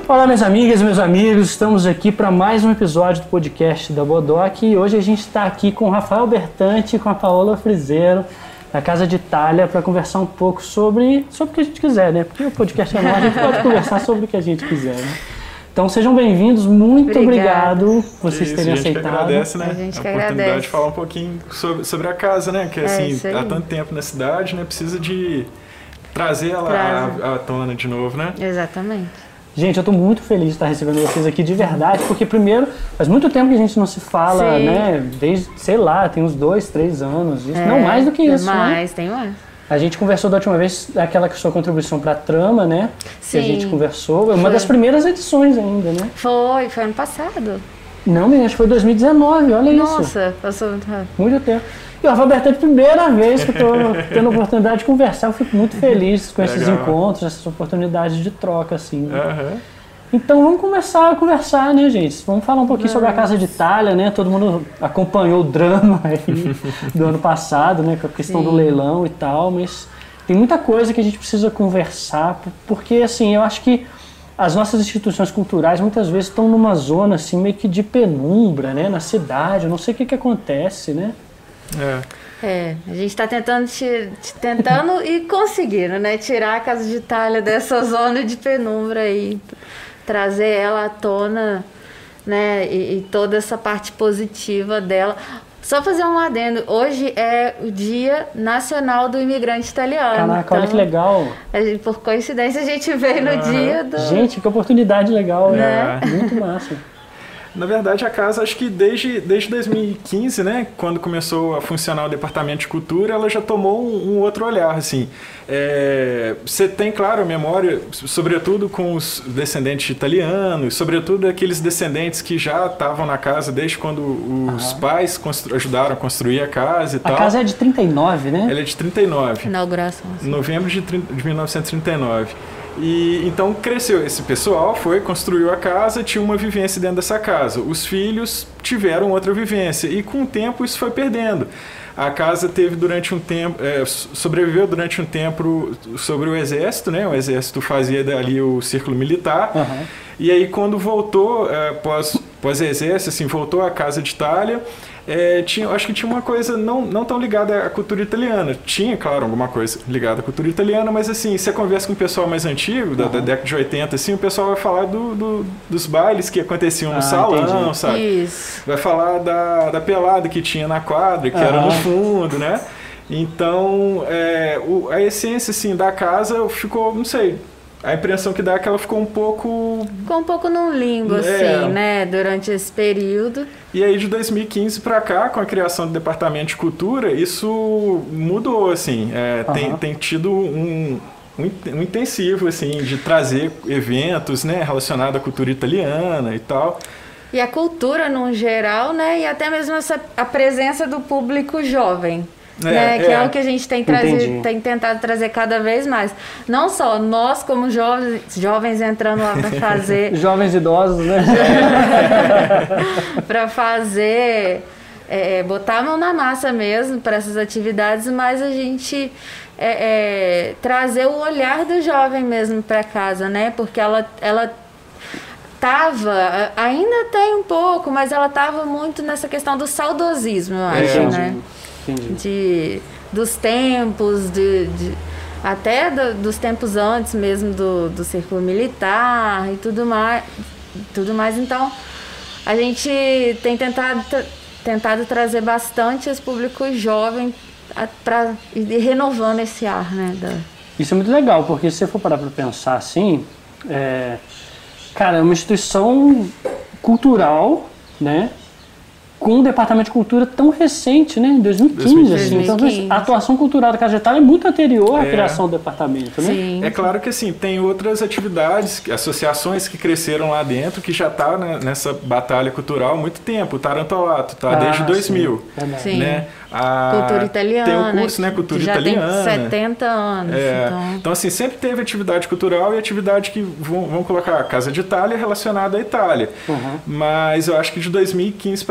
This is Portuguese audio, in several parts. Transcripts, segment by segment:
Olá, minhas amigas e meus amigos, estamos aqui para mais um episódio do podcast da Bodoc e hoje a gente está aqui com o Rafael Bertante e com a Paola Frizeiro, da Casa de Itália, para conversar um pouco sobre o que a gente quiser, né? Porque o podcast é nosso, a gente pode conversar sobre o que a gente quiser, né? Então sejam bem-vindos, muito obrigado por vocês terem aceitado. A gente agradece, né? A gente que oportunidade agradece. de falar um pouquinho sobre a casa, né? Que assim, há tanto tempo na cidade, né? Precisa de trazer ela à tona de novo, né? Exatamente. Gente, eu estou muito feliz de estar recebendo vocês aqui de verdade, porque primeiro, faz muito tempo que a gente não se fala, Sim. né? Desde, sei lá, tem uns 2, 3 anos, isso, não mais do que isso, mais, né? tem mais. A gente conversou da última vez, aquela sua contribuição para a trama, né? Sim. Que a gente conversou, uma das primeiras edições ainda, né? Foi ano passado. Não, menina, acho que foi 2019, olha isso. Nossa, passou muito rápido. Muito tempo. E o Rafael Bertante, primeira vez que eu estou tendo a oportunidade de conversar, eu fico muito feliz com esses encontros, essas oportunidades de troca, assim. Né? Uhum. Então vamos começar a conversar, né, gente? Vamos falar um pouquinho sobre a Casa de Itália, né? Todo mundo acompanhou o drama aí do ano passado, né? Com a questão do leilão e tal, mas tem muita coisa que a gente precisa conversar, porque, assim, eu acho que as nossas instituições culturais muitas vezes estão numa zona, assim, meio que de penumbra, né? Na cidade, eu não sei o que acontece, né? A gente está tentando e conseguindo, né? Tirar a Casa de Itália dessa zona de penumbra aí, trazer ela à tona, né? E toda essa parte positiva dela. Só fazer um adendo, hoje é o Dia Nacional do Imigrante Italiano. Caraca, olha que legal. Por coincidência a gente veio no dia do... Gente, que oportunidade legal, né? Muito massa. Na verdade, a casa, acho que desde 2015, né, quando começou a funcionar o Departamento de Cultura, ela já tomou um outro olhar, assim. Você tem, claro, a memória, sobretudo com os descendentes italianos, sobretudo aqueles descendentes que já estavam na casa desde quando os pais ajudaram a construir a casa e tal. A casa é de 39, né? Ela é de 39. Inauguração. Assim. Novembro de 1939. E então cresceu esse pessoal, construiu a casa, tinha uma vivência dentro dessa casa. Os filhos tiveram outra vivência e com o tempo isso foi perdendo. A casa teve durante um tempo, sobreviveu durante um tempo sobre o exército, né? O exército fazia dali o círculo militar. Uhum. E aí quando voltou, pós-exército, assim, voltou à Casa de Itália, acho que tinha uma coisa não tão ligada à cultura italiana. Tinha, claro, alguma coisa ligada à cultura italiana, mas assim, você conversa com o pessoal mais antigo, da década de 80, assim, o pessoal vai falar dos bailes que aconteciam no salão, entendi. sabe? Isso. Vai falar da pelada que tinha na quadra, que era no fundo, né? Então, a essência, assim, da casa ficou, não sei... A impressão que dá é que ela ficou um pouco... Ficou um pouco num limbo, assim, né? Durante esse período. E aí, de 2015 para cá, com a criação do Departamento de Cultura, isso mudou, assim. Tem tido um intensivo, assim, de trazer eventos, né? Relacionados à cultura italiana e tal. E a cultura, no geral, né? E até mesmo a presença do público jovem. Né, que é o que a gente tem tentado trazer cada vez mais. Não só nós, como jovens entrando lá para fazer... Jovens idosos, né? Para fazer... botar a mão na massa mesmo para essas atividades, mas a gente trazer o olhar do jovem mesmo para casa, né? Porque ela tava, ainda tem um pouco, mas ela tava muito nessa questão do saudosismo, eu acho, né? Dos tempos, até dos tempos antes mesmo do círculo militar e tudo mais. Então, a gente tem tentado trazer bastante esse público jovem para ir renovando esse ar, né? Isso é muito legal, porque se você for parar para pensar assim, cara, é uma instituição cultural, né? Com um departamento de cultura tão recente, né? Em 2015, assim. Então, a atuação cultural da Casa de Itália é muito anterior à criação do departamento, né? Sim. É claro que, assim, tem outras atividades, associações que cresceram lá dentro, que já tá nessa batalha cultural há muito tempo. O Tarantolato tá desde 2000, sim. né? Cultura italiana. Tem o curso, né? Cultura já italiana. Tem 70 anos. Então, assim, sempre teve atividade cultural e atividade que vão colocar a Casa de Itália relacionada à Itália. Mas eu acho que de 2015 para cá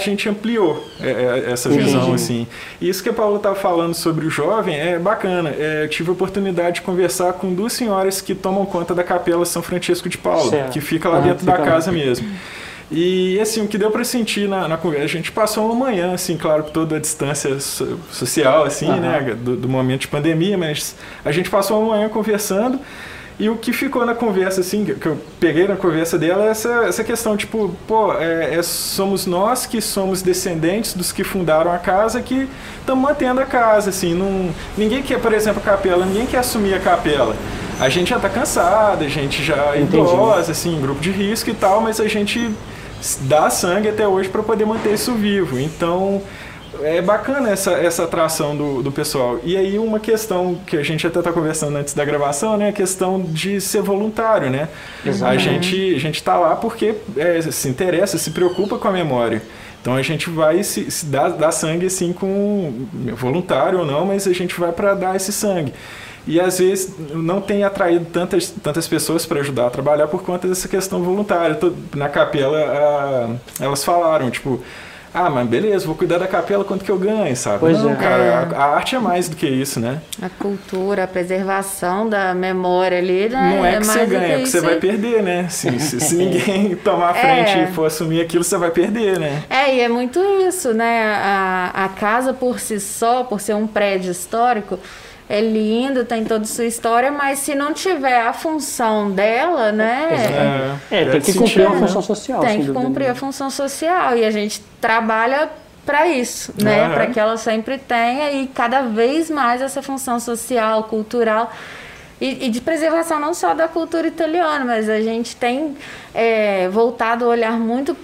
gente ampliou essa visão, assim. E isso que a Paula estava falando sobre o jovem é bacana. Eu tive a oportunidade de conversar com 2 senhoras que tomam conta da Capela São Francisco de Paula, que fica lá dentro da casa mesmo. E, assim, o que deu para sentir na conversa, a gente passou uma manhã, assim, claro, com toda a distância social, assim, né, do momento de pandemia, mas a gente passou uma manhã conversando. E o que ficou na conversa, assim, que eu peguei na conversa dela, é essa questão, tipo, somos nós que somos descendentes dos que fundaram a casa que estamos mantendo a casa, assim, ninguém quer, por exemplo, a capela, ninguém quer assumir a capela. A gente já está cansado, a gente já é idosa, assim, grupo de risco e tal, mas a gente dá sangue até hoje para poder manter isso vivo. Então, é bacana essa atração do pessoal. E aí uma questão que a gente até está conversando antes da gravação, né? A questão de ser voluntário, né? A gente está lá porque se interessa, se preocupa com a memória. Então a gente vai se dar sangue assim com voluntário ou não, mas a gente vai para dar esse sangue. E às vezes não tem atraído tantas pessoas para ajudar a trabalhar por conta dessa questão voluntária. Na capela elas falaram, tipo, mas beleza, vou cuidar da capela, quanto que eu ganho, sabe? Pois não, cara, a arte é mais do que isso, né? A cultura, a preservação da memória ali, né? Não é que você ganha, é que você vai perder, né? Se ninguém tomar a frente e for assumir aquilo, você vai perder, né? E é muito isso, né? A casa por si só, por ser um prédio histórico, é lindo, tem toda a sua história, mas se não tiver a função dela, né? Tem que cumprir a função social. Tem que cumprir a função social e a gente trabalha para isso, né? Para que ela sempre tenha e cada vez mais essa função social, cultural e de preservação não só da cultura italiana, mas a gente tem voltado o olhar muito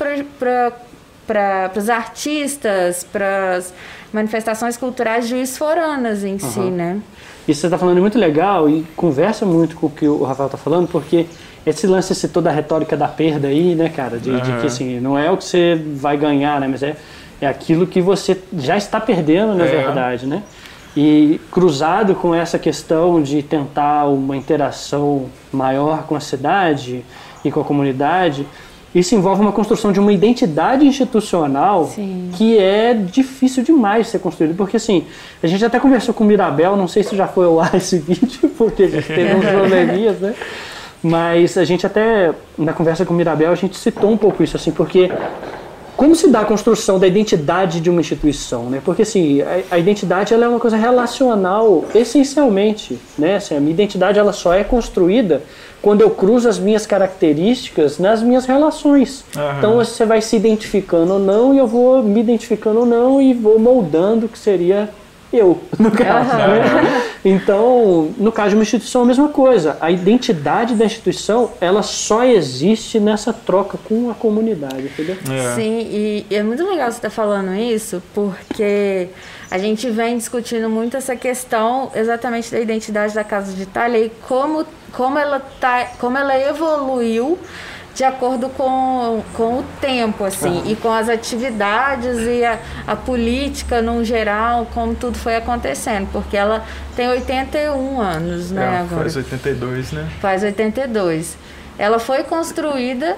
para os artistas, para as manifestações culturais juiz-foranas em si, né? Isso que você está falando é muito legal e conversa muito com o que o Rafael está falando, porque esse lance, esse toda a retórica da perda aí, né, cara, de que assim, não é o que você vai ganhar, né, mas é aquilo que você já está perdendo, na verdade, né? E cruzado com essa questão de tentar uma interação maior com a cidade e com a comunidade, isso envolve uma construção de uma identidade institucional que é difícil demais de ser construída. Porque, assim, a gente até conversou com o Mirabel, não sei se já foi ao ar esse vídeo, porque a gente teve uns probleminhas, né? Mas a gente até, na conversa com o Mirabel, a gente citou um pouco isso, assim, porque como se dá a construção da identidade de uma instituição, né? Porque, assim, a identidade ela é uma coisa relacional, essencialmente, né? Assim, a minha identidade ela só é construída quando eu cruzo as minhas características nas minhas relações. Então você vai se identificando ou não, e eu vou me identificando ou não, e vou moldando o que seria eu, no caso. Né? Então, no caso de uma instituição, a mesma coisa. A identidade da instituição, ela só existe nessa troca com a comunidade, entendeu? Sim, e é muito legal você estar falando isso, porque a gente vem discutindo muito essa questão exatamente da identidade da Casa de Itália e como ela evoluiu de acordo com o tempo, assim, e com as atividades e a política no geral, como tudo foi acontecendo, porque ela tem 81 anos, né? Agora. Faz 82, né? Faz 82. Ela foi construída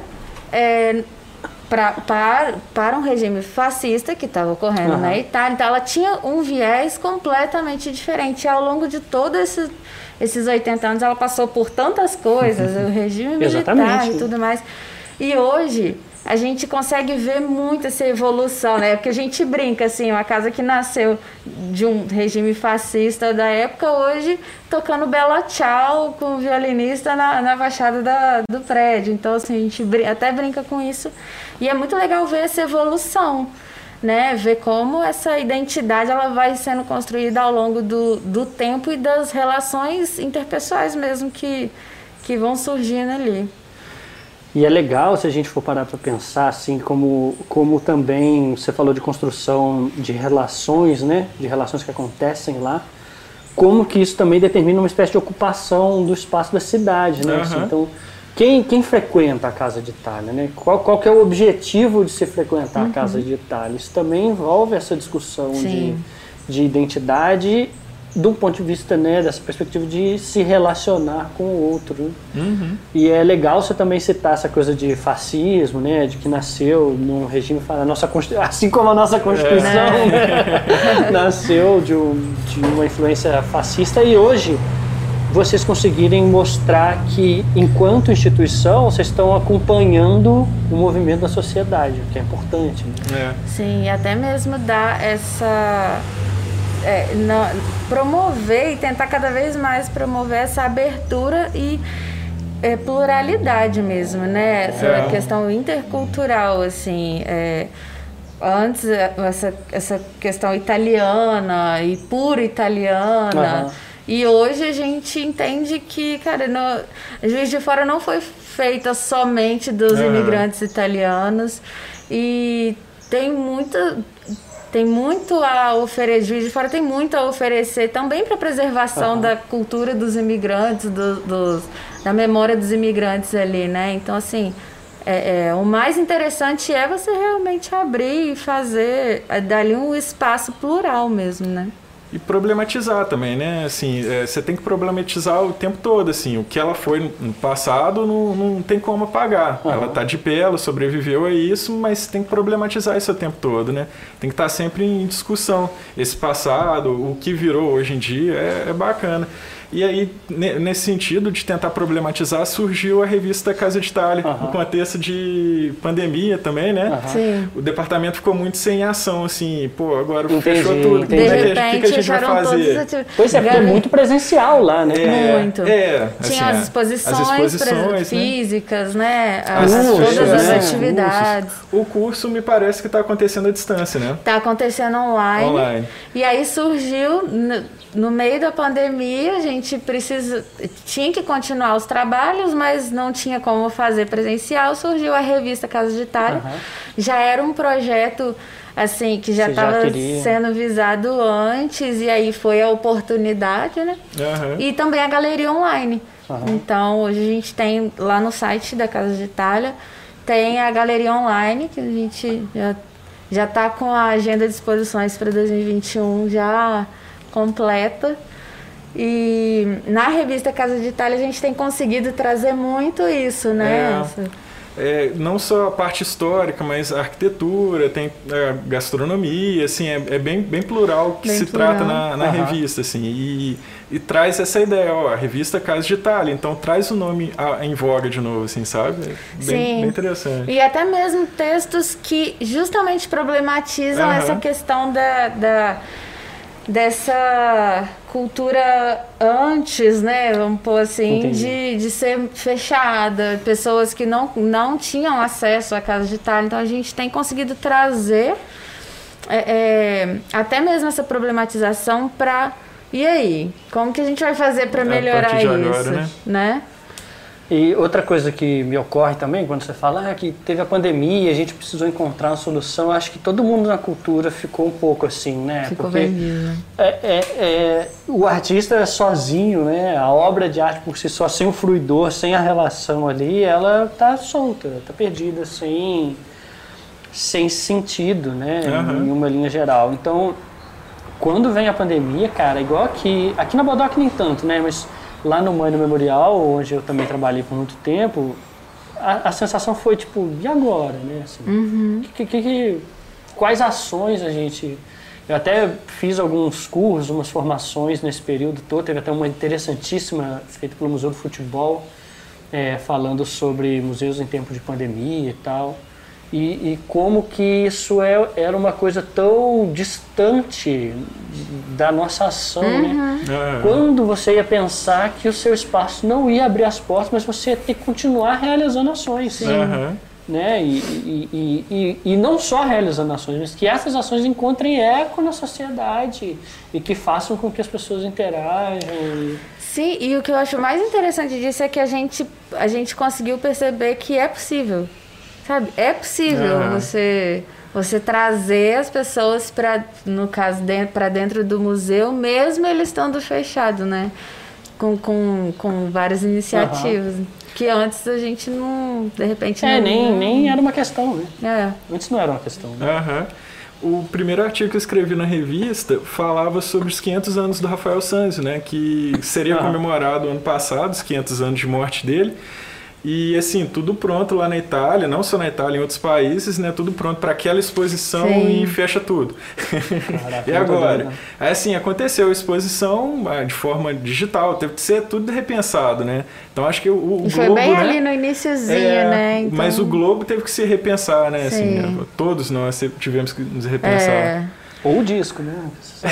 para um regime fascista que estava ocorrendo na Itália, então ela tinha um viés completamente diferente. E ao longo de todos esses 80 anos ela passou por tantas coisas, o regime militar e tudo mais. E hoje a gente consegue ver muito essa evolução, né? Porque a gente brinca, assim, uma casa que nasceu de um regime fascista da época, hoje tocando Bella Ciao com o violinista na fachada do prédio. Então, assim, a gente até brinca com isso. E é muito legal ver essa evolução, né? Ver como essa identidade ela vai sendo construída ao longo do tempo e das relações interpessoais mesmo que vão surgindo ali. E é legal se a gente for parar para pensar, assim, como também você falou de construção de relações, né? De relações que acontecem lá, como que isso também determina uma espécie de ocupação do espaço da cidade, né? Assim, então, quem frequenta a Casa de Itália, né? Qual que é o objetivo de se frequentar a Casa de Itália? Isso também envolve essa discussão de identidade de um ponto de vista, né, dessa perspectiva de se relacionar com o outro. E é legal você também citar essa coisa de fascismo, né, de que nasceu num regime, assim como a nossa Constituição, né, nasceu de uma influência fascista, e hoje vocês conseguirem mostrar que, enquanto instituição, vocês estão acompanhando o movimento da sociedade, o que é importante. Né? Sim, até mesmo dar essa... promover e tentar cada vez mais promover essa abertura e pluralidade mesmo, né? Essa questão intercultural, assim, antes essa questão italiana e pura italiana, e hoje a gente entende que, cara, Juiz de Fora não foi feita somente dos imigrantes italianos, e tem muito a oferecer. Juiz de Fora tem muito a oferecer também para a preservação da cultura dos imigrantes, da memória dos imigrantes ali, né? Então, assim, o mais interessante é você realmente abrir e fazer dali um espaço plural mesmo, né? E problematizar também, né? Assim, você tem que problematizar o tempo todo, assim, o que ela foi no passado não tem como apagar. Ela está de pé, ela sobreviveu a isso, mas tem que problematizar isso o tempo todo, né? Tem que estar sempre em discussão. Esse passado, o que virou hoje em dia, é bacana. E aí, nesse sentido de tentar problematizar, surgiu a revista Casa de Itália, no contexto de pandemia também, né? Sim. O departamento ficou muito sem ação, assim, agora fechou tudo. De repente, que a gente vai fazer? Pois é, porque muito presencial lá, né? Muito. Tinha as exposições físicas, né? Todas as atividades. O curso me parece que está acontecendo à distância, né? Está acontecendo online. E aí surgiu... No meio da pandemia, a gente tinha que continuar os trabalhos, mas não tinha como fazer presencial. Surgiu a revista Casa de Itália. Já era um projeto assim que já estava sendo visado antes, e aí foi a oportunidade, né? E também a galeria online. Então, hoje a gente tem lá no site da Casa de Itália, tem a galeria online, que a gente já está com a agenda de exposições para 2021 já completa, e na revista Casa de Itália a gente tem conseguido trazer muito isso, né? Não só a parte histórica, mas a arquitetura, tem a gastronomia, assim, é bem plural que bem se plural. Trata na revista, assim, e traz essa ideia, a revista Casa de Itália, então traz o nome em voga de novo, assim, sabe? Bem interessante. E até mesmo textos que justamente problematizam essa questão dessa cultura antes, né, vamos pôr assim, de ser fechada, pessoas que não tinham acesso à Casa de Itália. Então a gente tem conseguido trazer até mesmo essa problematização para... E aí? Como que a gente vai fazer para melhorar isso? Agora, né? E outra coisa que me ocorre também, quando você fala que teve a pandemia e a gente precisou encontrar uma solução, acho que todo mundo na cultura ficou um pouco assim, né? Ficou porque vendido. O artista é sozinho, né? A obra de arte por si só, sem o fruidor, sem a relação ali, ela tá solta, tá perdida, sem sentido, né? Em uma linha geral. Então, quando vem a pandemia, cara, igual aqui na Bodoc nem tanto, né? Mas lá no Mãe do Memorial, onde eu também trabalhei por muito tempo, a sensação foi tipo, e agora, né? Assim, quais ações a gente... Eu até fiz alguns cursos, umas formações nesse período todo, teve até uma interessantíssima feita pelo Museu do Futebol, falando sobre museus em tempo de pandemia e tal. E como que isso era uma coisa tão distante da nossa ação, né? Quando você ia pensar que o seu espaço não ia abrir as portas, mas você ia ter que continuar realizando ações, né? E não só realizando ações, mas que essas ações encontrem eco na sociedade e que façam com que as pessoas interajam. Sim, e o que eu acho mais interessante disso é que a gente conseguiu perceber que é possível. Sabe? É possível você trazer as pessoas no caso, para dentro do museu, mesmo eles estando fechados, né? Com várias iniciativas. Que antes a gente não, de repente... nem era uma questão, né? Antes não era uma questão, né? O primeiro artigo que eu escrevi na revista falava sobre os 500 anos do Rafael Sanzio, né? Que seria comemorado ano passado, os 500 anos de morte dele. E assim, tudo pronto lá na Itália, não só na Itália, em outros países, né? Tudo pronto para aquela exposição e fecha tudo. Caraca, e agora? Aí assim, aconteceu a exposição de forma digital, teve que ser tudo repensado, né? Então acho que o Globo, foi bem, né? Ali no iniciozinho, né? Então... Mas o Globo teve que se repensar, né? Assim, todos nós tivemos que nos repensar. Ou o disco, né?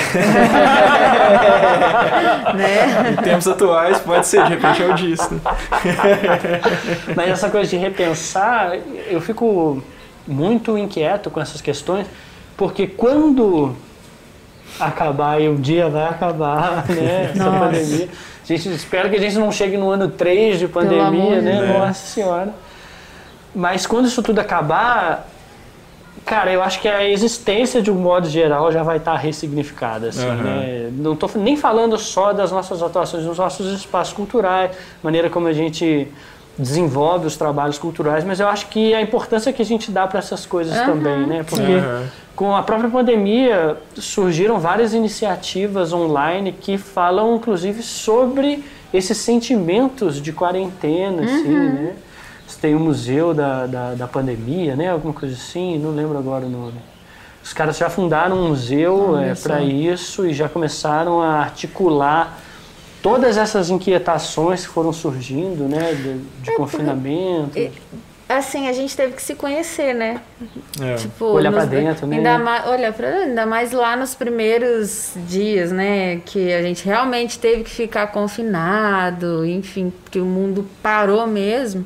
Em tempos atuais, pode ser, de repente é o disco. Mas essa coisa de repensar, eu fico muito inquieto com essas questões, porque quando acabar, e um dia vai acabar, né? Essa pandemia. A gente espera que a gente não chegue no ano 3 de pandemia, né? Nossa Senhora. Mas quando isso tudo acabar... Cara, eu acho que a existência, de um modo geral, já vai estar ressignificada, assim, né? Não estou nem falando só das nossas atuações nos nossos espaços culturais, maneira como a gente desenvolve os trabalhos culturais, mas eu acho que a importância que a gente dá para essas coisas também, né? Porque com a própria pandemia surgiram várias iniciativas online que falam, inclusive, sobre esses sentimentos de quarentena, assim, né? Tem o museu da pandemia, né? Alguma coisa assim, não lembro agora o nome. Os caras já fundaram um museu para isso e já começaram a articular todas essas inquietações que foram surgindo, né? De confinamento. Assim, a gente teve que se conhecer, né? Tipo, olhar para dentro, né? Ainda mais lá nos primeiros dias, né? Que a gente realmente teve que ficar confinado, enfim, que o mundo parou mesmo.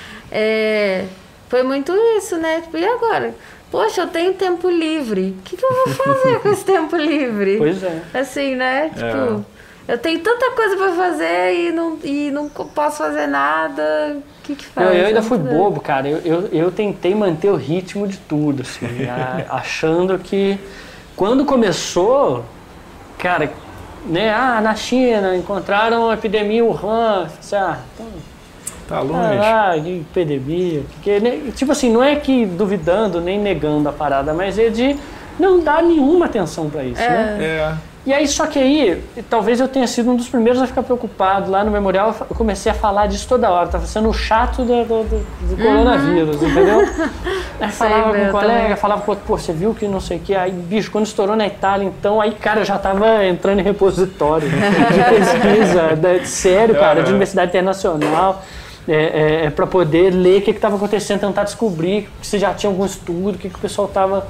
Foi muito isso, né? Tipo, e agora? Poxa, eu tenho tempo livre. O que eu vou fazer com esse tempo livre? Pois é. Assim, né? Tipo, eu tenho tanta coisa pra fazer e não posso fazer nada. O que faz? Eu ainda fui bobo, cara. Eu tentei manter o ritmo de tudo, assim, achando que quando começou, cara, né? Na China encontraram a epidemia em Wuhan. Então, tá longe. Que epidemia. Tipo assim, não é que duvidando nem negando a parada, mas é de não dar nenhuma atenção pra isso, né? E aí, só que aí, talvez eu tenha sido um dos primeiros a ficar preocupado. Lá no memorial, eu comecei a falar disso toda hora. Tava sendo o chato do coronavírus, entendeu? Aí falava com um colega, falava com outro, pô, você viu que não sei o que. Aí, bicho, quando estourou na Itália, então, aí, cara, eu já tava entrando em repositório de pesquisa, sério, cara, de universidade internacional. Para poder ler o que estava acontecendo, tentar descobrir se já tinha algum estudo, o que o pessoal estava...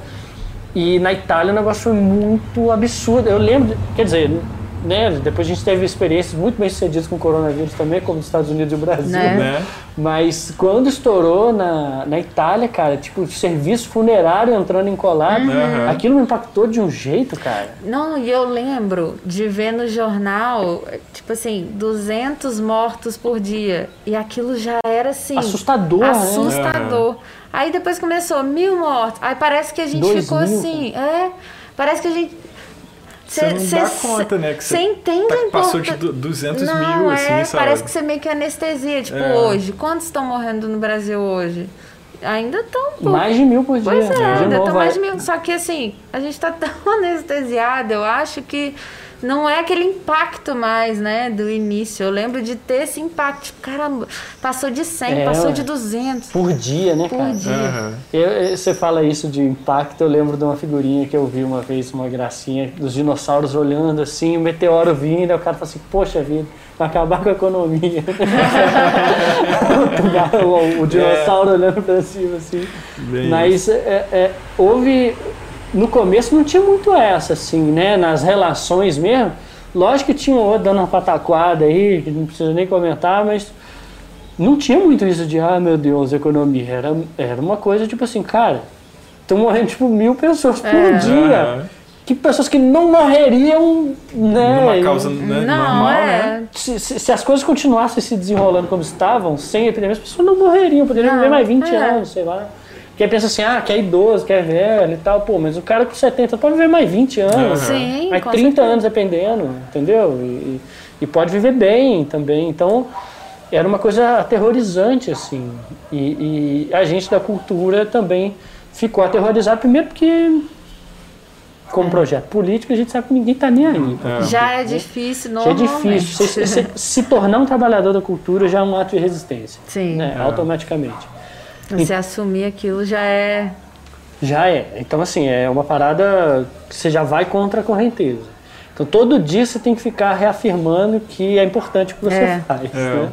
E na Itália o negócio foi muito absurdo. Eu lembro, quer dizer, né, depois a gente teve experiências muito bem sucedidas com o coronavírus também, como nos Estados Unidos e o Brasil, né? Mas quando estourou na Itália, cara, tipo, serviço funerário entrando em colapso, aquilo me impactou de um jeito, cara. Não, e eu lembro de ver no jornal, tipo assim, 200 mortos por dia. E aquilo já era assim... Assustador, né? Aí depois começou 1.000 mortos. Aí parece que a gente ficou assim... Parece que a gente... Você não dá conta, né? Que você entende a importância. Passou de 200 mil, assim, sabe? Parece que você meio que anestesia. Tipo, hoje, quantos estão morrendo no Brasil hoje? Ainda estão... Mais de 1.000 por dia. Pois ainda estão mais de 1.000. Só que, assim, a gente tá tão anestesiado, eu acho que não é aquele impacto mais, né, do início. Eu lembro de ter esse impacto. Tipo, caramba, passou de 100, passou de 200. Por dia, né, cara? Por dia. Você fala isso de impacto, eu lembro de uma figurinha que eu vi uma vez, uma gracinha, dos dinossauros olhando assim, o meteoro vindo, aí o cara fala assim, poxa vida, vai acabar com a economia. o dinossauro olhando pra cima, assim. Mas houve... No começo não tinha muito essa, assim, né? Nas relações mesmo. Lógico que tinha outro dando uma pataquada aí, que não precisa nem comentar, mas não tinha muito isso de, meu Deus, economia. Era uma coisa tipo assim, cara, estão morrendo tipo 1.000 pessoas por dia. Que pessoas que não morreriam, né? Numa causa normal, né? Se as coisas continuassem se desenrolando como estavam, sem epidemia, as pessoas não morreriam, poderiam viver mais 20 anos, sei lá. Porque aí pensa assim, que é idoso, que é velho e tal, pô, mas o cara com 70 pode viver mais 20 anos, Sim, mais 30 anos dependendo, entendeu? E pode viver bem também, então era uma coisa aterrorizante, assim, e a gente da cultura também ficou aterrorizado, primeiro porque como projeto político, a gente sabe que ninguém está nem aí. Já é difícil, Já é difícil. Se tornar um trabalhador da cultura já é um ato de resistência. Sim. Né? Automaticamente. Você assumir aquilo já é... Já é. Então, assim, é uma parada que você já vai contra a correnteza. Então, todo dia você tem que ficar reafirmando que é importante o que você faz. Né?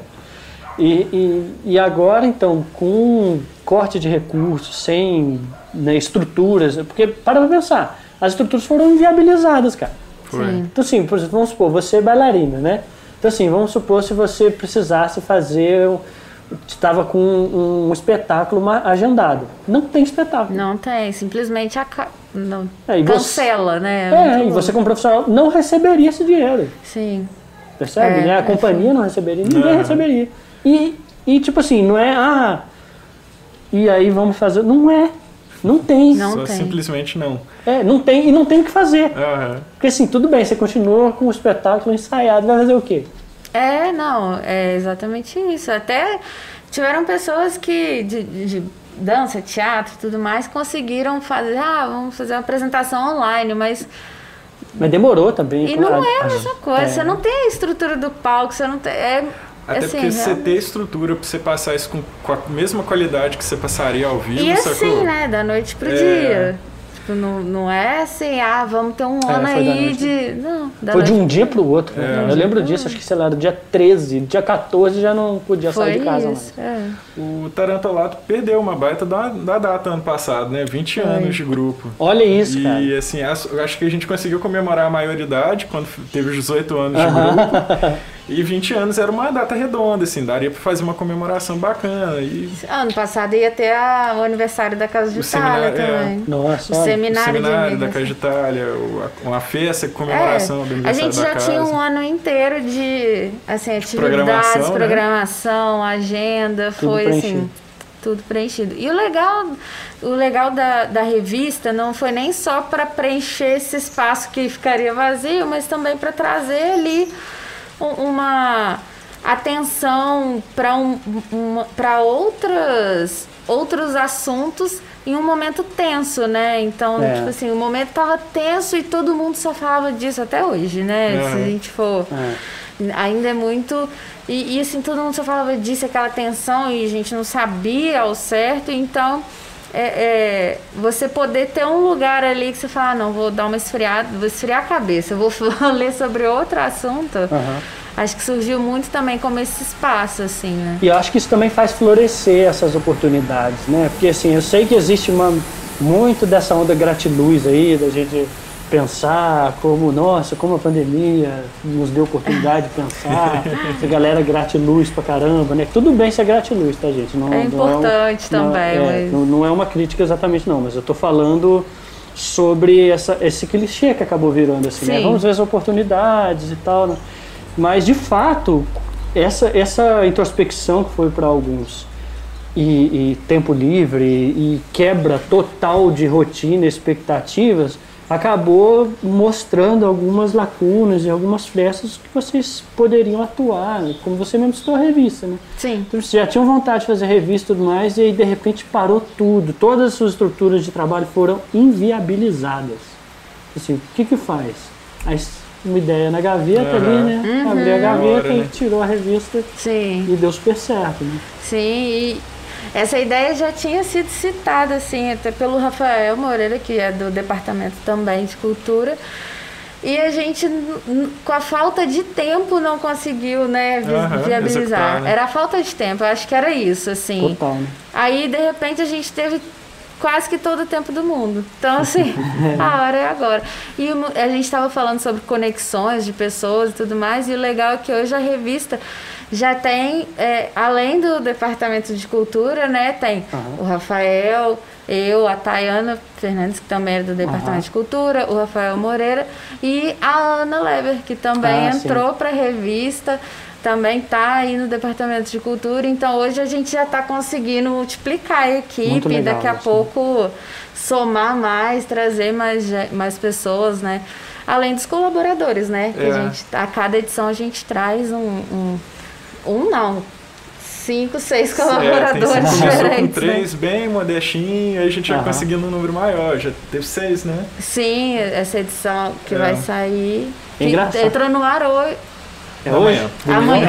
E agora, então, com corte de recursos, sem estruturas, porque, para pensar, as estruturas foram inviabilizadas, cara. Então, assim, por exemplo, vamos supor, você é bailarina, né? Então, assim, vamos supor se você precisasse fazer... Estava com um espetáculo agendado. Não tem espetáculo. Não tem, simplesmente não, e cancela, você, né? E você como profissional não receberia esse dinheiro. Sim. Percebe? Né? A companhia não receberia, ninguém receberia. E tipo assim, não é, e aí vamos fazer. Não é. Não tem. Não tem. Simplesmente não. Não tem e não tem o que fazer. Porque assim, tudo bem, você continua com o espetáculo ensaiado, vai fazer o quê? Não, é exatamente isso. Até tiveram pessoas que de dança, teatro e tudo mais conseguiram fazer, vamos fazer uma apresentação online, mas demorou também. E não é a mesma coisa, você não tem a estrutura do palco, você não tem... Até assim, porque você ter estrutura pra você passar isso com a mesma qualidade que você passaria ao vivo, e assim, né, da noite pro dia. Não é assim, vamos ter um ano aí de... Não, foi de um dia pro outro. Eu lembro disso, acho que, sei lá, do dia 13, dia 14 já não podia sair de casa mais. O Tarantolato perdeu uma baita da data ano passado, né? 20 anos de grupo. Olha isso, cara. E assim, eu acho que a gente conseguiu comemorar a maioridade quando teve os 18 anos de grupo. E 20 anos era uma data redonda, assim, daria pra fazer uma comemoração bacana. Ano passado ia ter o aniversário da Casa de Itália também. Nossa, o seminário da Casa de Itália, uma festa, comemoração do aniversário da casa. A gente já tinha um ano inteiro de atividades, programação, agenda, tudo foi preenchido. Assim, tudo preenchido. E o legal da revista não foi nem só para preencher esse espaço que ficaria vazio, mas também para trazer ali uma atenção para outros assuntos em um momento tenso, né? Então, tipo assim, o momento tava tenso e todo mundo só falava disso até hoje, né? Se a gente for... Ainda é muito... E assim, todo mundo só falava disso, aquela tensão, e a gente não sabia ao certo, então... você poder ter um lugar ali que você fala, não, vou dar uma esfriada, vou esfriar a cabeça, eu vou ler sobre outro assunto. Acho que surgiu muito também como esse espaço, assim, né? E eu acho que isso também faz florescer essas oportunidades, né? Porque, assim, eu sei que existe muito dessa onda gratiluz aí, da gente pensar como a pandemia nos deu oportunidade de pensar, essa galera gratiluz pra caramba, né? Tudo bem ser gratiluz, tá, gente? É importante também. Não é uma crítica exatamente, não, mas eu tô falando sobre esse clichê que acabou virando, assim, né? Vamos ver as oportunidades e tal, né? Mas, de fato, essa introspecção que foi para alguns e tempo livre e quebra total de rotina e expectativas acabou mostrando algumas lacunas e algumas frestas que vocês poderiam atuar, como você mesmo citou a revista, né? Sim. Então, vocês já tinham vontade de fazer revista e tudo mais, e aí de repente parou tudo, todas as suas estruturas de trabalho foram inviabilizadas. Assim, o que faz? Uma ideia na gaveta ali, né? Abriu a gaveta e tirou a revista. E deu super certo, né? Sim, e essa ideia já tinha sido citada, assim, até pelo Rafael Moreira, que é do departamento também de cultura. E a gente, com a falta de tempo, não conseguiu, né, viabilizar. Executar, né? Era a falta de tempo, eu acho que era isso, assim. Total, né? Aí, de repente, a gente teve quase que todo o tempo do mundo. Então, assim, a hora é agora. E a gente estava falando sobre conexões de pessoas e tudo mais, e o legal é que hoje a revista já tem, além do departamento de cultura, né, tem o Rafael, eu, a Tayana Fernandes, que também era do departamento de cultura, o Rafael Moreira e a Ana Leber, que também entrou para a revista, também está aí no departamento de cultura. Então hoje a gente já está conseguindo multiplicar a equipe e daqui a pouco somar mais, trazer mais pessoas, né? Além dos colaboradores, né? Que a cada edição a gente traz 5, 6 colaboradores começou diferentes. com 3 bem modestinho, aí a gente vai conseguindo um número maior, já teve 6, né? Sim, essa edição que vai sair. Engraçado. Entrou no ar hoje. É hoje? Amanhã.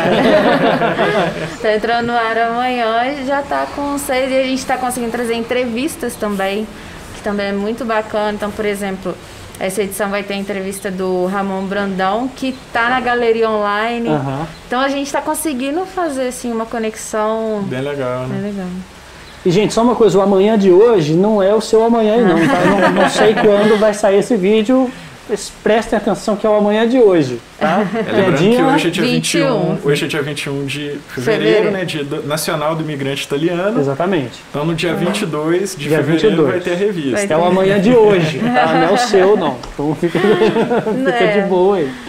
Tá entrando no ar amanhã e já tá com 6. E a gente tá conseguindo trazer entrevistas também, que também é muito bacana. Então, por exemplo, essa edição vai ter a entrevista do Ramon Brandão, que tá na galeria online. Então a gente tá conseguindo fazer assim, uma conexão bem legal, né? Bem legal. E, gente, só uma coisa, o amanhã de hoje não é o seu amanhã aí não, tá? Não sei quando vai sair esse vídeo, prestem atenção que é o amanhã de hoje, tá? Lembrando que hoje é dia 21. Hoje é dia 21 de fevereiro, né? Dia Nacional do Imigrante Italiano. Exatamente. Então no dia 22 de fevereiro vai ter a revista. É o amanhã de hoje, tá? Não é o seu, não. Então fica de boa aí.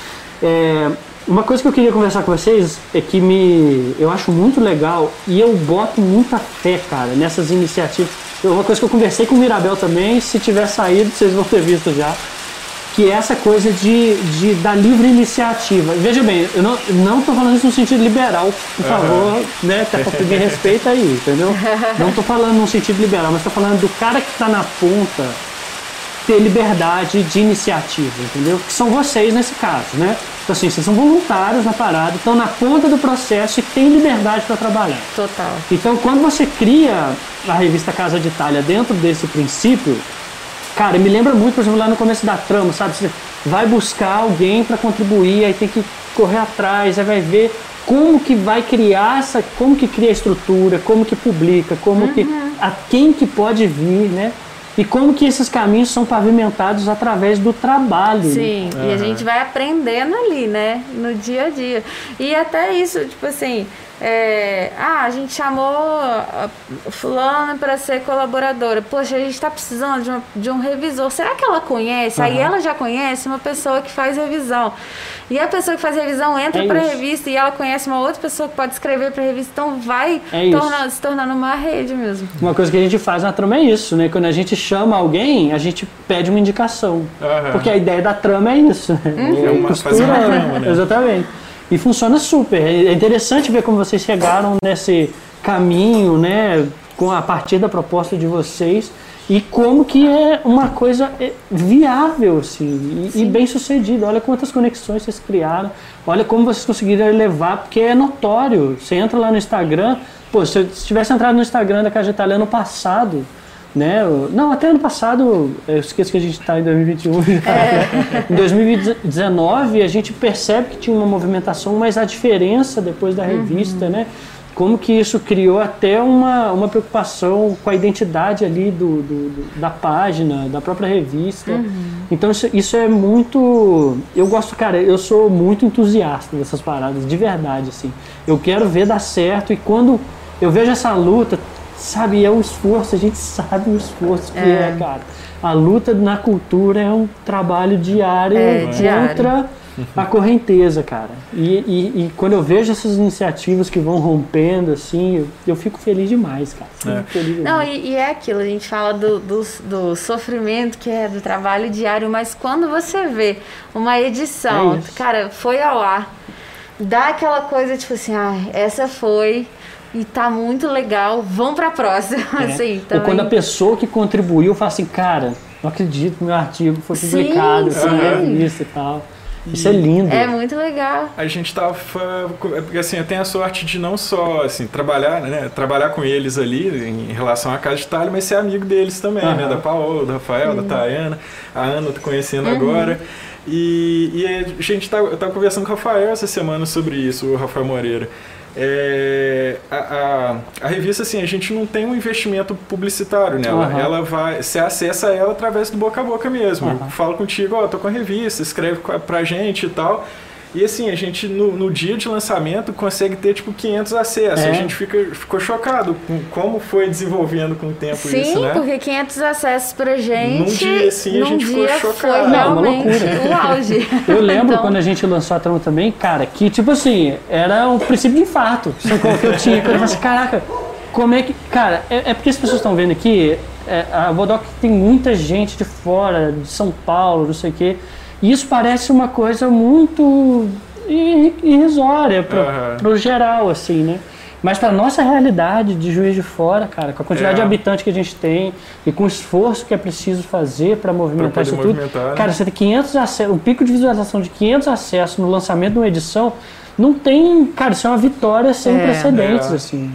Uma coisa que eu queria conversar com vocês é que eu acho muito legal e eu boto muita fé, cara, nessas iniciativas. Uma coisa que eu conversei com o Mirabel também, se tiver saído, vocês vão ter visto já, que é essa coisa da livre iniciativa. Veja bem, eu não estou falando isso no sentido liberal, por favor, né? Até porque me respeita aí, entendeu? Não estou falando no sentido liberal, mas estou falando do cara que está na ponta ter liberdade de iniciativa, entendeu? Que são vocês nesse caso, né? Então assim, vocês são voluntários na parada, estão na ponta do processo e têm liberdade para trabalhar. Total. Então quando você cria a revista Casa de Itália dentro desse princípio, cara, me lembra muito, por exemplo, lá no começo da trama, sabe? Você vai buscar alguém para contribuir, aí tem que correr atrás, aí vai ver como que vai criar como que cria a estrutura, como que publica, como que a quem que pode vir, né? E como que esses caminhos são pavimentados através do trabalho. Sim, né? E a gente vai aprendendo ali, né? No dia a dia. E até isso, tipo assim, a gente chamou fulana para ser colaboradora. Poxa, a gente está precisando de um revisor. Será que ela conhece? Aí ela já conhece uma pessoa que faz revisão. E a pessoa que faz revisão entra para a revista e ela conhece uma outra pessoa que pode escrever para a revista. Então vai se tornando uma rede mesmo. Uma coisa que a gente faz na trama é isso, né? Quando a gente chama alguém, a gente pede uma indicação. Porque a ideia da trama é isso. Fazer uma trama, né? Exatamente. E funciona super. É interessante ver como vocês chegaram nesse caminho, né? A partir da proposta de vocês. E como que é uma coisa viável, assim, e bem sucedida. Olha quantas conexões vocês criaram. Olha como vocês conseguiram elevar, porque é notório. Você entra lá no Instagram. Pô, se eu tivesse entrado no Instagram da Casa de Itália ano passado, né? Não, até ano passado, eu esqueço que a gente está em 2021 já. Em 2019 a gente percebe que tinha uma movimentação, mas a diferença depois da revista, né? Como que isso criou até uma preocupação com a identidade ali da página, da própria revista. Então isso é muito... Eu gosto, cara, eu sou muito entusiasta dessas paradas, de verdade, assim. Eu quero ver dar certo e quando eu vejo essa luta, sabe, é um esforço, a gente sabe o esforço que é, cara. A luta na cultura é um trabalho diário contra a correnteza, cara. E quando eu vejo essas iniciativas que vão rompendo, assim, eu fico feliz demais, cara. Feliz demais. Não, e é aquilo, a gente fala do sofrimento, que é do trabalho diário, mas quando você vê uma edição, cara, foi ao ar, dá aquela coisa, tipo assim, essa foi... E tá muito legal, vamos pra próxima. Assim, ou quando a pessoa que contribuiu fala assim, cara, não acredito que meu artigo foi publicado, isso e tal. Isso é lindo. É muito legal. A gente tava... Porque assim, eu tenho a sorte de não só assim, trabalhar com eles ali em relação à Casa de Itália, mas ser amigo deles também, né? Da Paola, do Rafael, da Tayana. A Ana eu tô conhecendo agora. E a gente eu tava conversando com o Rafael essa semana sobre isso, o Rafael Moreira. A revista, assim, a gente não tem um investimento publicitário nela. Você acessa ela através do boca a boca mesmo. Eu falo contigo, tô com a revista, escreve pra gente e tal. E assim, a gente no dia de lançamento consegue ter tipo 500 acessos. A gente ficou chocado com como foi desenvolvendo com o tempo isso, né? Sim, porque 500 acessos pra gente... Num dia, assim, a gente ficou chocado. Foi realmente o auge. Eu lembro quando a gente lançou a trama também, cara, que tipo assim, era um princípio de infarto. Que eu tinha, eu falei assim, caraca, como é que... Cara, é porque as pessoas estão vendo aqui, a Bodoc tem muita gente de fora, de São Paulo, não sei o quê. E isso parece uma coisa muito irrisória para o geral, assim, né? Mas para nossa realidade de Juiz de Fora, cara, com a quantidade de habitantes que a gente tem e com o esforço que é preciso fazer para movimentar isso tudo, cara, você tem 500 acessos, um pico de visualização de 500 acessos no lançamento de uma edição, não tem, cara, isso é uma vitória sem precedentes, assim.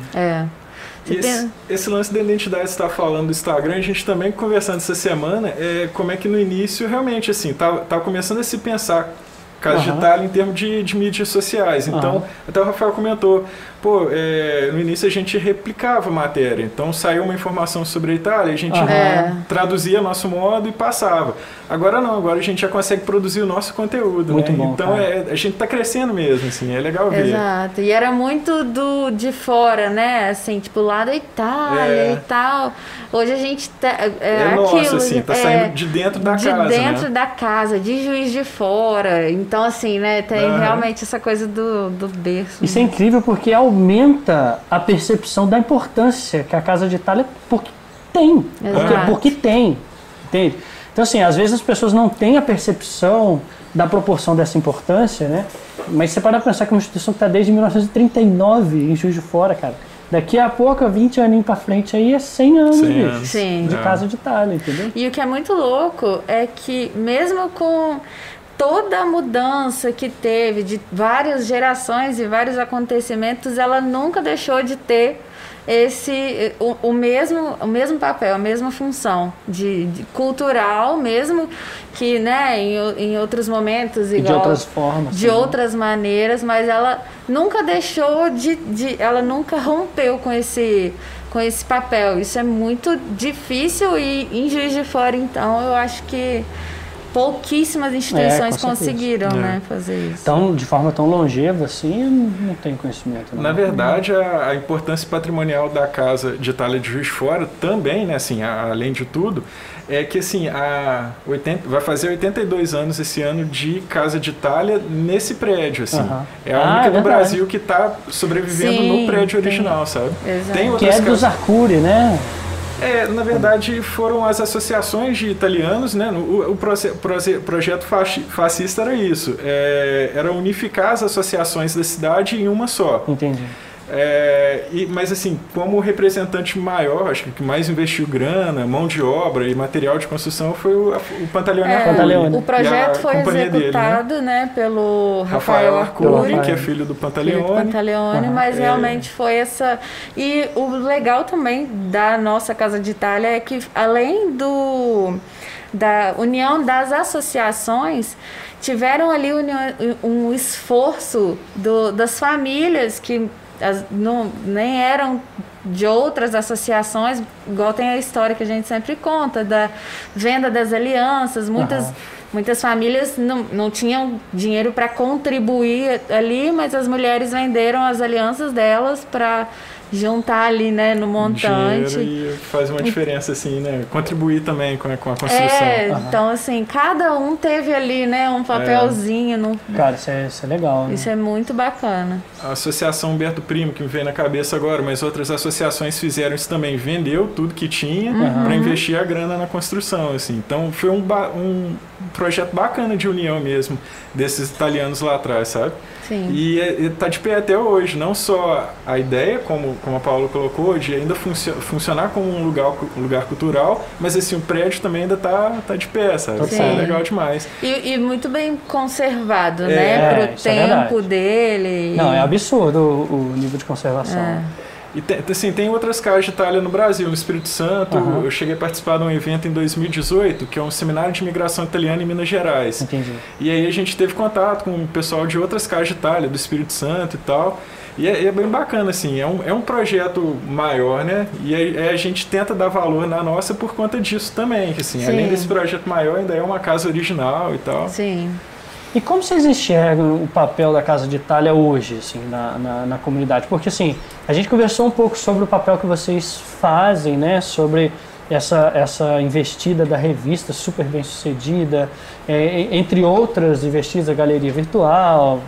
Esse lance da identidade que você está falando do Instagram, a gente também conversando essa semana, como é que no início realmente, assim, tá começando a se pensar Casa de Itália em termos de mídias sociais. Então, até o Rafael comentou, no início a gente replicava a matéria. Então, saiu uma informação sobre a Itália, a gente traduzia nosso modo e passava. Agora não, agora a gente já consegue produzir o nosso conteúdo. Muito né? bom, então, a gente está crescendo mesmo, assim, é legal ver. Exato, e era muito de fora, né? Assim, tipo, lá da Itália e tal. Hoje a gente tá... nosso, assim, tá saindo de dentro da casa, de dentro da casa, de Juiz de Fora. Então, assim, né, tem realmente essa coisa do berço. Isso é incrível porque aumenta a percepção da importância que a Casa de Itália tem. Porque tem, entende? Então, assim, às vezes as pessoas não têm a percepção da proporção dessa importância, né? Mas você para pensar que é uma instituição que está desde 1939 em Juiz de Fora, cara. Daqui a pouco, 20 aninhos para frente, aí é 100 anos, de Casa de Itália, entendeu? E o que é muito louco é que mesmo com toda a mudança que teve de várias gerações e vários acontecimentos, ela nunca deixou de ter o mesmo papel, a mesma função de cultural, mesmo que, né, em outros momentos igual, de outras formas, de outras maneiras, mas ela nunca deixou ela nunca rompeu com esse papel. Isso é muito difícil e em Juiz de Fora, então, eu acho que pouquíssimas instituições conseguiram fazer isso. Então, de forma tão longeva assim, não tenho conhecimento. Não. Na verdade, a importância patrimonial da Casa de Itália de Juiz de Fora também, né, assim, além de tudo, é que assim, vai fazer 82 anos esse ano de Casa de Itália nesse prédio. Assim. É a única do Brasil que está sobrevivendo no prédio original, sabe? Tem outras que é dos Arcuri, né? Na verdade, foram as associações de italianos, né? O projeto fascista era isso, era unificar as associações da cidade em uma só. Entendi. Mas assim, como representante maior, acho que o que mais investiu grana, mão de obra e material de construção foi o Pantaleone Arcuri. O projeto foi executado dele, né, pelo Rafael Arcuri, que é filho do Pantaleone. Mas realmente foi essa... E o legal também da nossa Casa de Itália é que, além da união das associações, tiveram ali um esforço das famílias que nem eram de outras associações, igual tem a história que a gente sempre conta da venda das alianças. Muitas famílias não tinham dinheiro para contribuir ali, mas as mulheres venderam as alianças delas para juntar ali, né, no montante. E faz uma diferença, assim, né? Contribuir também com a construção. Então, assim, cada um teve ali, né, um papelzinho. Cara, isso é legal, né? Isso é muito bacana. A Associação Humberto Primo, que me vem na cabeça agora, mas outras associações fizeram isso também. Vendeu tudo que tinha para investir a grana na construção, assim. Então, foi um projeto bacana de união mesmo desses italianos lá atrás, sabe? Sim. E tá de pé até hoje, não só a ideia, como a Paula colocou, de ainda funcionar como um lugar cultural, mas assim, o prédio também ainda tá de pé, sabe? Isso é legal demais. E muito bem conservado, né? Pro tempo dele. Não, é absurdo o nível de conservação. E tem outras casas de Itália no Brasil, no Espírito Santo. Eu cheguei a participar de um evento em 2018, que é um seminário de imigração italiana em Minas Gerais. Entendi. E aí a gente teve contato com o pessoal de outras casas de Itália, do Espírito Santo e tal. E é bem bacana, assim, é um projeto maior, né? E a gente tenta dar valor na nossa por conta disso também. Assim, além desse projeto maior, ainda é uma casa original e tal. Sim. E como vocês enxergam o papel da Casa de Itália hoje, assim, na comunidade? Porque, assim, a gente conversou um pouco sobre o papel que vocês fazem, né? Sobre essa investida da revista super bem sucedida, entre outras investidas, a galeria virtual,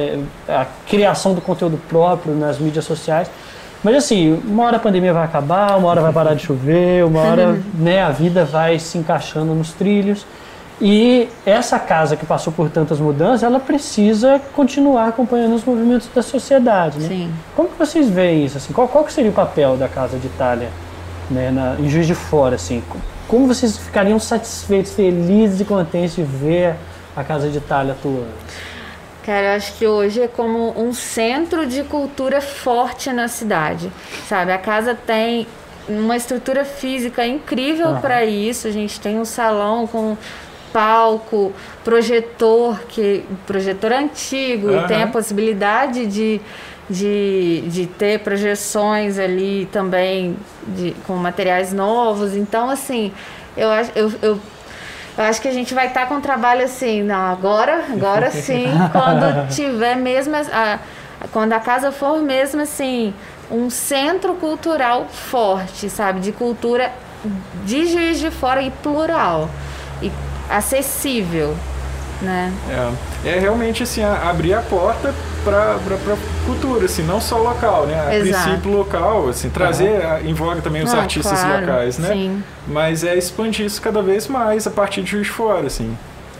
a criação do conteúdo próprio nas mídias sociais. Mas, assim, uma hora a pandemia vai acabar, uma hora vai parar de chover, uma hora, né, a vida vai se encaixando nos trilhos. E essa casa que passou por tantas mudanças, ela precisa continuar acompanhando os movimentos da sociedade, né? Sim. Como que vocês veem isso? Assim? Qual que seria o papel da Casa de Itália, né, em Juiz de Fora? Assim? Como vocês ficariam satisfeitos, felizes e contentes de ver a Casa de Itália atuando? Cara, eu acho que hoje é como um centro de cultura forte na cidade, sabe? A casa tem uma estrutura física incrível para isso. A gente tem um salão com palco, projetor antigo, e tem a possibilidade de ter projeções ali também com materiais novos. Então, assim, eu acho que a gente vai estar com um trabalho assim, não, agora sim, quando tiver mesmo, quando a casa for mesmo assim, um centro cultural forte, sabe, de cultura de Juiz de Fora e plural e acessível, né? É realmente assim, abrir a porta para cultura, assim, não só local, né? A princípio local, assim, trazer em voga também os artistas locais, né? Sim. Mas expandir isso cada vez mais a partir de Juiz de Fora, assim.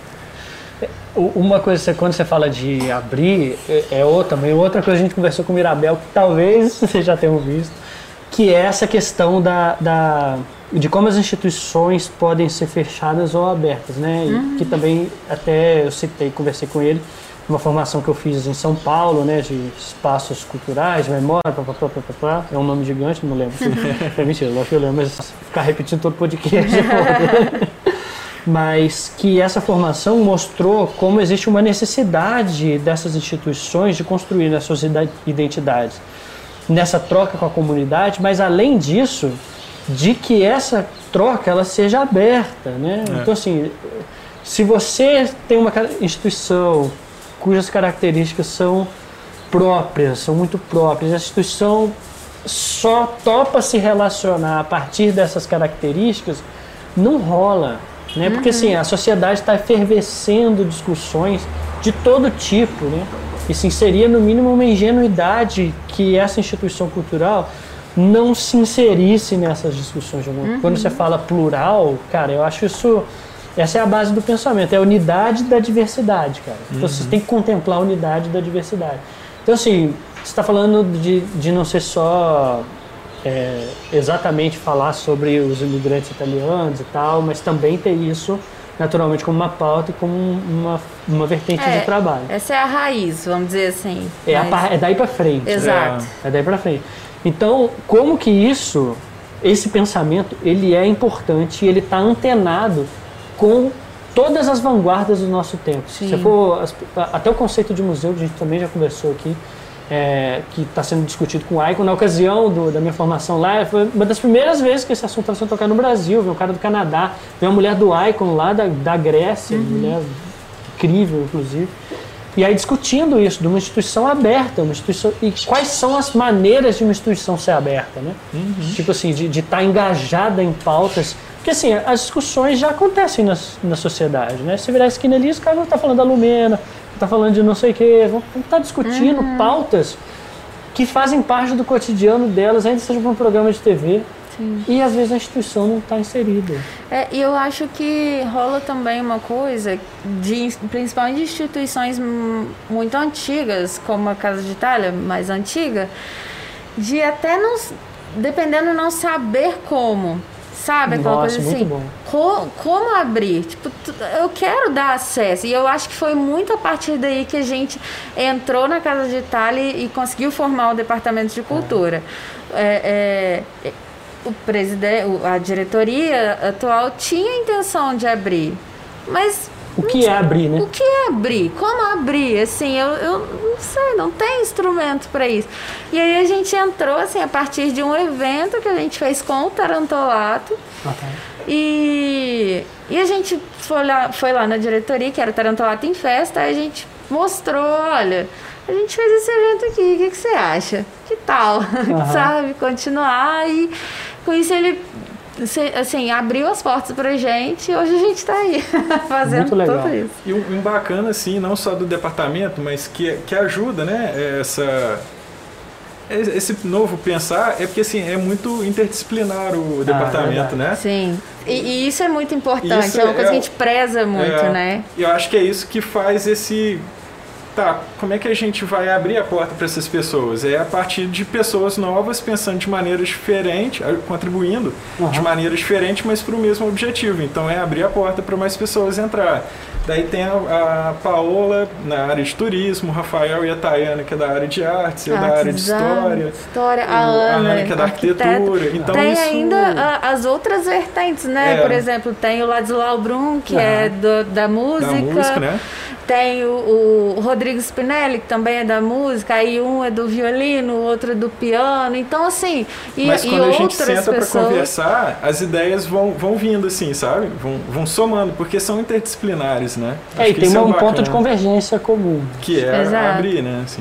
Uma coisa, quando você fala de abrir, também outra coisa que a gente conversou com o Mirabel, que talvez vocês já tenham visto, que é essa questão de como as instituições podem ser fechadas ou abertas, né? E que também até eu conversei com ele, uma formação que eu fiz em São Paulo, né, de espaços culturais, de memória, é um nome gigante, não lembro. É mentira, lógico que eu lembro, mas ficar repetindo todo podcast. Mas que essa formação mostrou como existe uma necessidade dessas instituições de construir as suas identidades nessa troca com a comunidade, mas além disso, de que essa troca ela seja aberta, né? Então, assim, se você tem uma instituição cujas características são próprias, são muito próprias, a instituição só topa se relacionar a partir dessas características, não rola, né? Porque assim, a sociedade está efervescendo discussões de todo tipo, né? E sim, seria no mínimo uma ingenuidade que essa instituição cultural não se inserisse nessas discussões. Quando você fala plural, cara, eu acho essa é a base do pensamento, é a unidade da diversidade, cara. Então você tem que contemplar a unidade da diversidade. Então assim, você está falando de não ser só exatamente falar sobre os imigrantes italianos e tal, mas também ter isso naturalmente como uma pauta e como uma vertente de trabalho. Essa é a raiz, vamos dizer assim. É daí para frente. Exato. É daí para frente. Então, como que esse pensamento, ele é importante e ele está antenado com todas as vanguardas do nosso tempo. Sim. Se você for, até o conceito de museu, que a gente também já conversou aqui, que está sendo discutido com o Icon, na ocasião da minha formação lá, foi uma das primeiras vezes que esse assunto estava sendo tocado no Brasil. Veio um cara do Canadá, veio uma mulher do Icon lá da Grécia, mulher incrível, inclusive. E aí discutindo isso, de uma instituição aberta, e quais são as maneiras de uma instituição ser aberta, né? Tipo assim, de estar engajada em pautas. Porque assim, as discussões já acontecem na sociedade, né? Se virar a esquina ali, os caras vão estar falando da Lumena, está falando de não sei o quê, vão estar discutindo pautas que fazem parte do cotidiano delas, ainda seja para um programa de TV. Sim. E às vezes a instituição não está inserida. E eu acho que rola também uma coisa, principalmente de instituições muito antigas, como a Casa de Itália, mais antiga, de até dependendo não saber como. Sabe? Aquela coisa assim, muito bom. Como abrir? Tipo, eu quero dar acesso. E eu acho que foi muito a partir daí que a gente entrou na Casa de Itália e conseguiu formar o Departamento de Cultura. O presidente, a diretoria atual tinha a intenção de abrir, mas o que é abrir, né? O que é abrir? Como abrir? Assim, eu não sei, não tem instrumento para isso. E aí a gente entrou assim a partir de um evento que a gente fez com o Tarantolato. E a gente foi lá na diretoria, que era o Tarantolato em Festa, aí a gente mostrou, olha, a gente fez esse evento aqui, o que você acha? Que tal? Sabe? Continuar e com isso ele assim, abriu as portas pra gente e hoje a gente tá aí fazendo tudo isso. E um bacana, assim, não só do departamento, mas que ajuda, né, esse novo pensar é porque assim, é muito interdisciplinar o departamento, né? Sim. E isso é muito importante, é uma coisa que a gente preza muito, né? E eu acho que é isso que faz esse... Tá, como é que a gente vai abrir a porta para essas pessoas? É a partir de pessoas novas, pensando de maneiras diferentes, contribuindo de maneiras diferentes, mas para o mesmo objetivo. Então é abrir a porta para mais pessoas entrar. Daí tem a Paola na área de turismo, o Rafael e a Tayana, que é da área de artes, da área de história, a Ana, que é da arquitetura. Então, tem isso... ainda as outras vertentes, né? Por exemplo, tem o Ladislau Brum, que é da música. Da música, né? Tem o Rodrigo Spinelli, que também é da música, aí um é do violino, o outro é do piano. Então, assim, mas quando a gente senta para conversar, as ideias vão vindo, assim, sabe? Vão somando, porque são interdisciplinares, né? E tem um ponto de convergência comum. Que é abrir, né? Assim.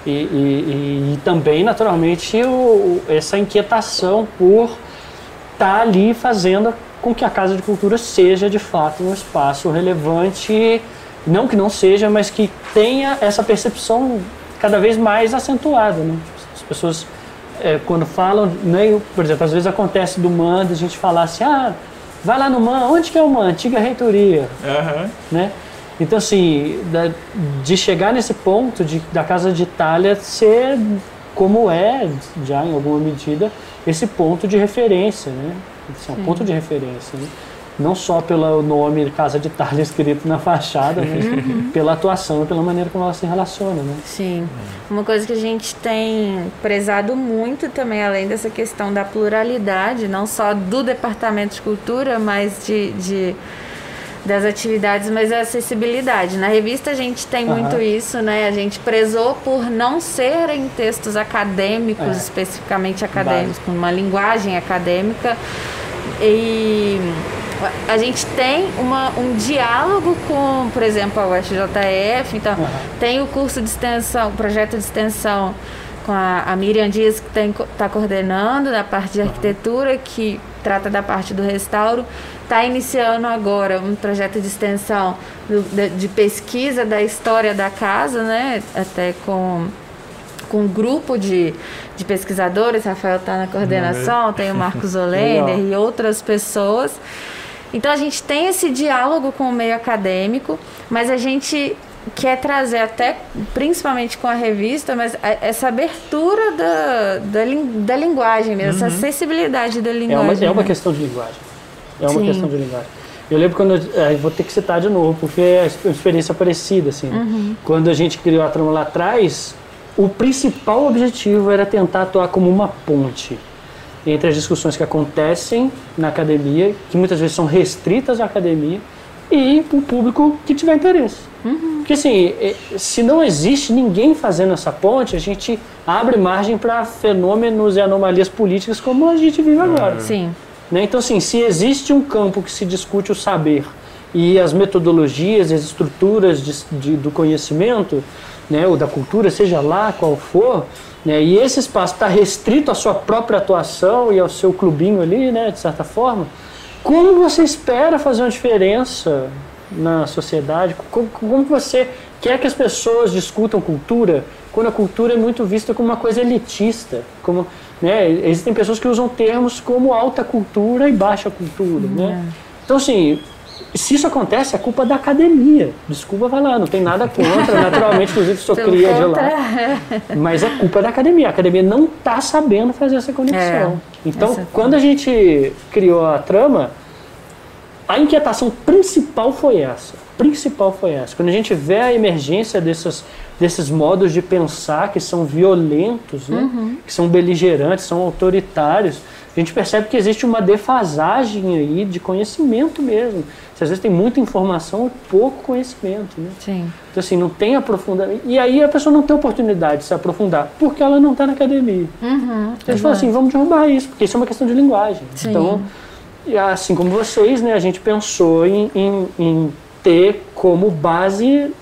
E também, naturalmente, essa inquietação por estar ali fazendo com que a Casa de Cultura seja, de fato, um espaço relevante. Não que não seja, mas que tenha essa percepção cada vez mais acentuada, né? As pessoas, quando falam, né, por exemplo, às vezes acontece do MAN, a gente falar assim, vai lá no MAN, onde que é o MAN? Antiga reitoria, né? Então, assim, de chegar nesse ponto da Casa de Itália ser, como é, já em alguma medida, esse ponto de referência, né? Esse é um ponto de referência, né? Não só pelo nome Casa de Itália escrito na fachada, mas pela atuação e pela maneira como ela se relaciona, né? Sim. Uma coisa que a gente tem prezado muito também, além dessa questão da pluralidade, não só do Departamento de Cultura, mas das atividades, mas a acessibilidade. Na revista a gente tem muito isso, né? A gente prezou por não serem textos acadêmicos, especificamente acadêmicos, com uma linguagem acadêmica. E a gente tem um diálogo com, por exemplo, a UFJF, então tem o curso de extensão, o projeto de extensão com a Miriam Dias, que está coordenando da parte de arquitetura, que trata da parte do restauro, está iniciando agora um projeto de extensão de pesquisa da história da casa, né? Até com um grupo de pesquisadores, Rafael está na coordenação, tem o Marcos Olender e outras pessoas. Então a gente tem esse diálogo com o meio acadêmico, mas a gente quer trazer até, principalmente com a revista, mas essa abertura da linguagem mesmo, essa acessibilidade da linguagem. É uma questão de linguagem. É uma questão de linguagem. Eu lembro quando, vou ter que citar de novo, porque é uma experiência parecida, assim. Quando a gente criou a Trama lá atrás, o principal objetivo era tentar atuar como uma ponte entre as discussões que acontecem na academia, que muitas vezes são restritas à academia, e o público que tiver interesse. Porque assim, se não existe ninguém fazendo essa ponte, a gente abre margem para fenômenos e anomalias políticas como a gente vive agora. Sim. Né? Então assim, se existe um campo que se discute o saber e as metodologias, as estruturas do conhecimento, né, ou da cultura, seja lá qual for, né, e esse espaço está restrito à sua própria atuação e ao seu clubinho ali, né, de certa forma, como você espera fazer uma diferença na sociedade? Como você quer que as pessoas discutam cultura quando a cultura é muito vista como uma coisa elitista? Como, né, existem pessoas que usam termos como alta cultura e baixa cultura. Né? Então, assim, se isso acontece, é culpa da academia. Desculpa falar, não tem nada contra, naturalmente, inclusive sou cria de lá. Mas é culpa da academia. A academia não está sabendo fazer essa conexão. Então, quando a gente criou a Trama, a inquietação principal foi essa. Quando a gente vê a emergência desses modos de pensar que são violentos, né? Que são beligerantes, são autoritários, a gente percebe que existe uma defasagem aí de conhecimento mesmo. Às vezes tem muita informação e pouco conhecimento, né? Sim. Então assim, não tem aprofundamento. E aí a pessoa não tem oportunidade de se aprofundar, porque ela não está na academia. A gente fala assim, vamos derrubar isso, porque isso é uma questão de linguagem. Sim. Então, assim como vocês, né, a gente pensou em ter como base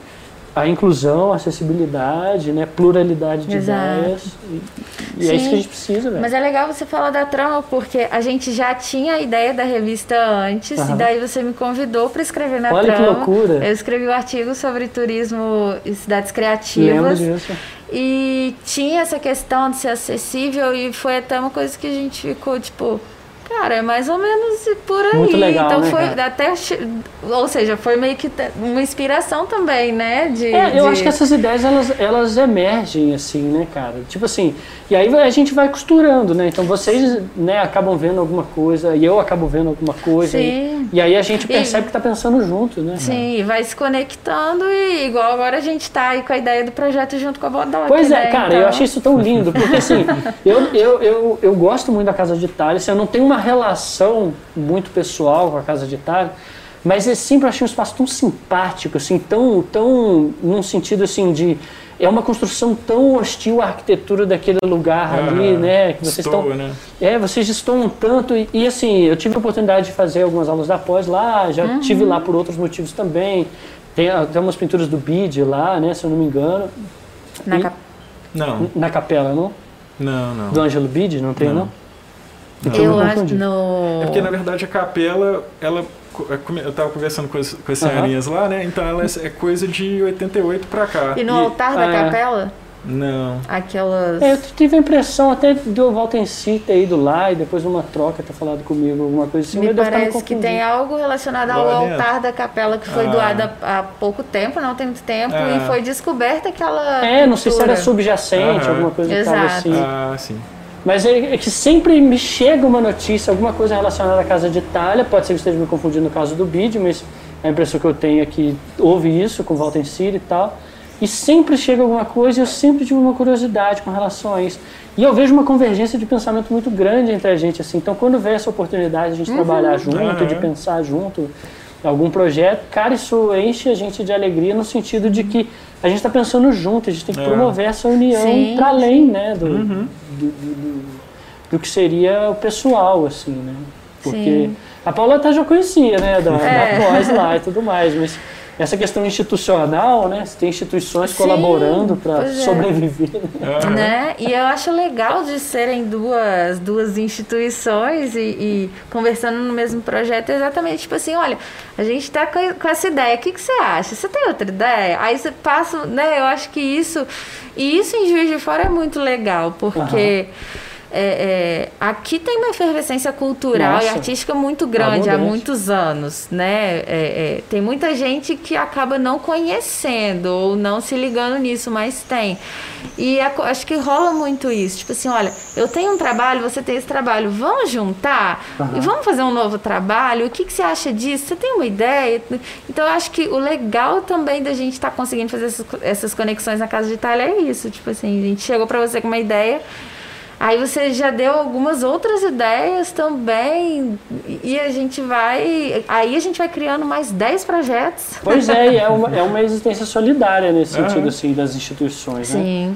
a inclusão, a acessibilidade, né, pluralidade de ideias. E é isso que a gente precisa, velho. Mas é legal você falar da trama, porque a gente já tinha a ideia da revista antes, e daí você me convidou para escrever na trama. Olha que loucura! Eu escrevi um artigo sobre turismo e cidades criativas. Lembro disso. E tinha essa questão de ser acessível, e foi até uma coisa que a gente ficou, tipo... Cara, é mais ou menos por aí. Muito legal, então né, foi cara? até, ou seja, foi meio que uma inspiração também, né? Eu acho que essas ideias elas emergem assim, né, cara? Tipo assim, e aí a gente vai costurando, né? Então vocês, né, acabam vendo alguma coisa e eu acabo vendo alguma coisa. E aí a gente percebe que tá pensando junto, né? Sim, e vai se conectando, e igual agora a gente tá aí com a ideia do projeto junto com a Bodoc. Pois é, né? cara, então... eu achei isso tão lindo, porque assim, eu gosto muito da Casa de Itália, assim, eu não tenho uma relação muito pessoal com a Casa de Itália, mas eu sempre achei um espaço tão simpático, assim, tão num sentido assim de... É uma construção tão hostil à arquitetura daquele lugar ali, né? Que vocês estão, né? Vocês estão tanto... E assim, eu tive a oportunidade de fazer algumas aulas da pós lá, já tive lá por outros motivos também. Tem umas pinturas do Bide lá, né? Se eu não me engano. Não. Na capela, não? Não. Do Ângelo Bide, não tem, não? Então, eu acho que no... É porque, na verdade, a capela, eu estava conversando com as senhorinhas lá, né? Então ela é coisa de 88 pra cá. E no altar da capela? Não. Aquelas... Eu tive a impressão até do Valtenci ter ido lá e depois numa troca ter falado comigo, alguma coisa assim. Me parece que tem algo relacionado ao altar da capela que foi doada há pouco tempo, não tem muito tempo, e foi descoberta aquela não sei se era subjacente, alguma coisa que tava assim. Sim. Mas é que sempre me chega uma notícia, alguma coisa relacionada à Casa de Itália, pode ser que eu esteja me confundindo no caso do Bide, mas a impressão que eu tenho é que houve isso com o Valtenci e tal, e sempre chega alguma coisa e eu sempre tive uma curiosidade com relação a isso. E eu vejo uma convergência de pensamento muito grande entre a gente, assim, então quando vem essa oportunidade de a gente trabalhar junto, de pensar junto algum projeto, cara, isso enche a gente de alegria no sentido de que a gente está pensando junto, a gente tem que promover essa união para além, né, do que seria o pessoal, assim, né? Porque a Paula até já conhecia, né, da pós lá e tudo mais, mas essa questão institucional, né? Você tem instituições colaborando para sobreviver. Né? E eu acho legal de serem duas instituições e conversando no mesmo projeto, exatamente tipo assim, olha, a gente está com essa ideia, o que você acha? Você tem outra ideia? Aí você passa, né? Eu acho que isso em Juiz de Fora é muito legal, porque... aqui tem uma efervescência cultural e artística muito grande há muitos anos, né? Tem muita gente que acaba não conhecendo ou não se ligando nisso, mas tem. E acho que rola muito isso. Tipo assim, olha, eu tenho um trabalho, você tem esse trabalho, vamos juntar e vamos fazer um novo trabalho? O que você acha disso? Você tem uma ideia? Então, eu acho que o legal também da gente estar conseguindo fazer essas conexões na Casa de Itália é isso. Tipo assim, a gente chegou para você com uma ideia, aí você já deu algumas outras ideias também, e a gente vai criando mais 10 projetos. Pois é, e é uma existência solidária nesse sentido, assim, das instituições, né? Sim.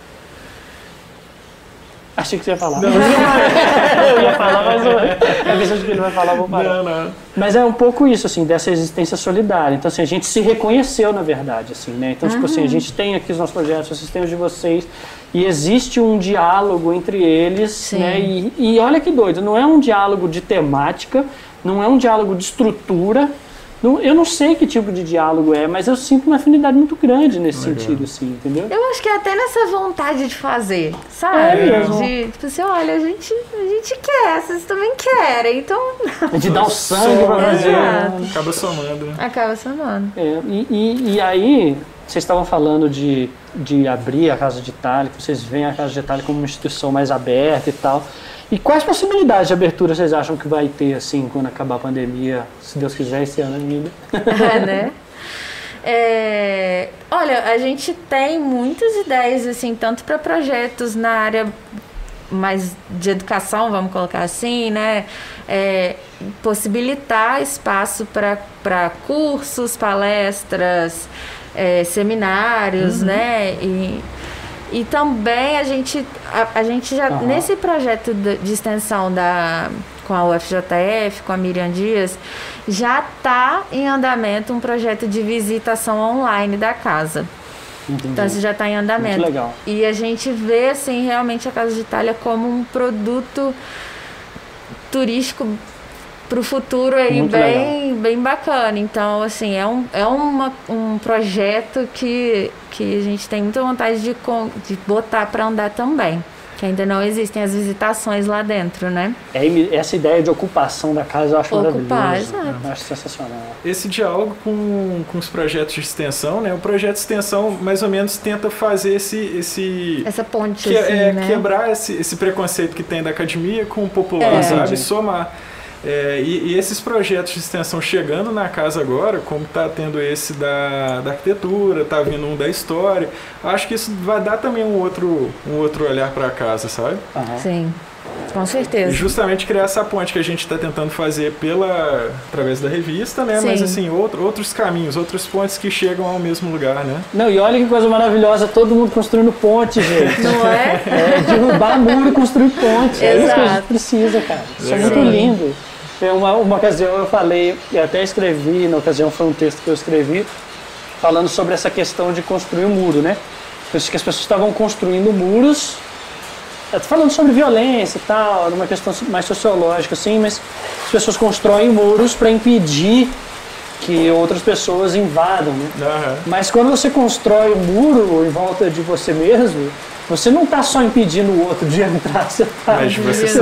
Achei que você ia falar. Não. Eu ia falar, mas a visão de que ele vai falar, eu vou parar. Não. Mas é um pouco isso, assim, dessa existência solidária. Então, assim, a gente se reconheceu, na verdade, assim, né? Então, tipo assim, a gente tem aqui os nossos projetos, vocês têm os de vocês, e existe um diálogo entre eles, né? E olha que doido, não é um diálogo de temática, não é um diálogo de estrutura. Eu não sei que tipo de diálogo é, mas eu sinto uma afinidade muito grande nesse sentido, assim, entendeu? Eu acho que é até nessa vontade de fazer, sabe? É mesmo. De, tipo assim, olha, a gente quer, vocês também querem, então... De dar o sangue pra fazer. Acaba somando, né? Acaba somando. E aí, vocês estavam falando de abrir a Casa de Itália, que vocês veem a Casa de Itália como uma instituição mais aberta e tal. E quais possibilidades de abertura vocês acham que vai ter, assim, quando acabar a pandemia, se Deus quiser, esse ano ainda? Né? Olha, a gente tem muitas ideias, assim, tanto para projetos na área mais de educação, vamos colocar assim, né? Possibilitar espaço para cursos, palestras, seminários, né? E também a gente já, nesse projeto de extensão com a UFJF, com a Miriam Dias, já está em andamento um projeto de visitação online da casa. Entendi. Então isso já está em andamento. Muito legal. E a gente vê assim, realmente a Casa de Itália como um produto turístico para o futuro aí bem bacana. Então, assim, é um projeto que a gente tem muita vontade de botar para andar também. Que ainda não existem as visitações lá dentro, né? Essa ideia de ocupação da casa eu acho maravilhosa. Exato. Eu acho sensacional. Esse diálogo com os projetos de extensão, né? O projeto de extensão mais ou menos tenta fazer essa ponte, né? Quebrar esse preconceito que tem da academia com o popular, sabe? Somar. E esses projetos de extensão chegando na casa agora, como está tendo esse da arquitetura, está vindo um da história, acho que isso vai dar também um outro olhar para a casa, sabe? Uhum. Sim, com certeza. E justamente criar essa ponte que a gente está tentando fazer através da revista, né? Sim. Mas assim, outros caminhos, outras pontes que chegam ao mesmo lugar, né? Não, e olha que coisa maravilhosa, todo mundo construindo ponte, gente. Não é? Derrubar muro e construir ponte. É isso que a gente precisa, cara. Isso é muito lindo. Uma ocasião eu falei, e até escrevi, na ocasião foi um texto que eu escrevi, falando sobre essa questão de construir um muro, né? Eu acho que as pessoas estavam construindo muros, falando sobre violência e tal, numa questão mais sociológica, assim, mas as pessoas constroem muros para impedir que outras pessoas invadam, né? Uhum. Mas quando você constrói um muro em volta de você mesmo, você não está só impedindo o outro de entrar, você está de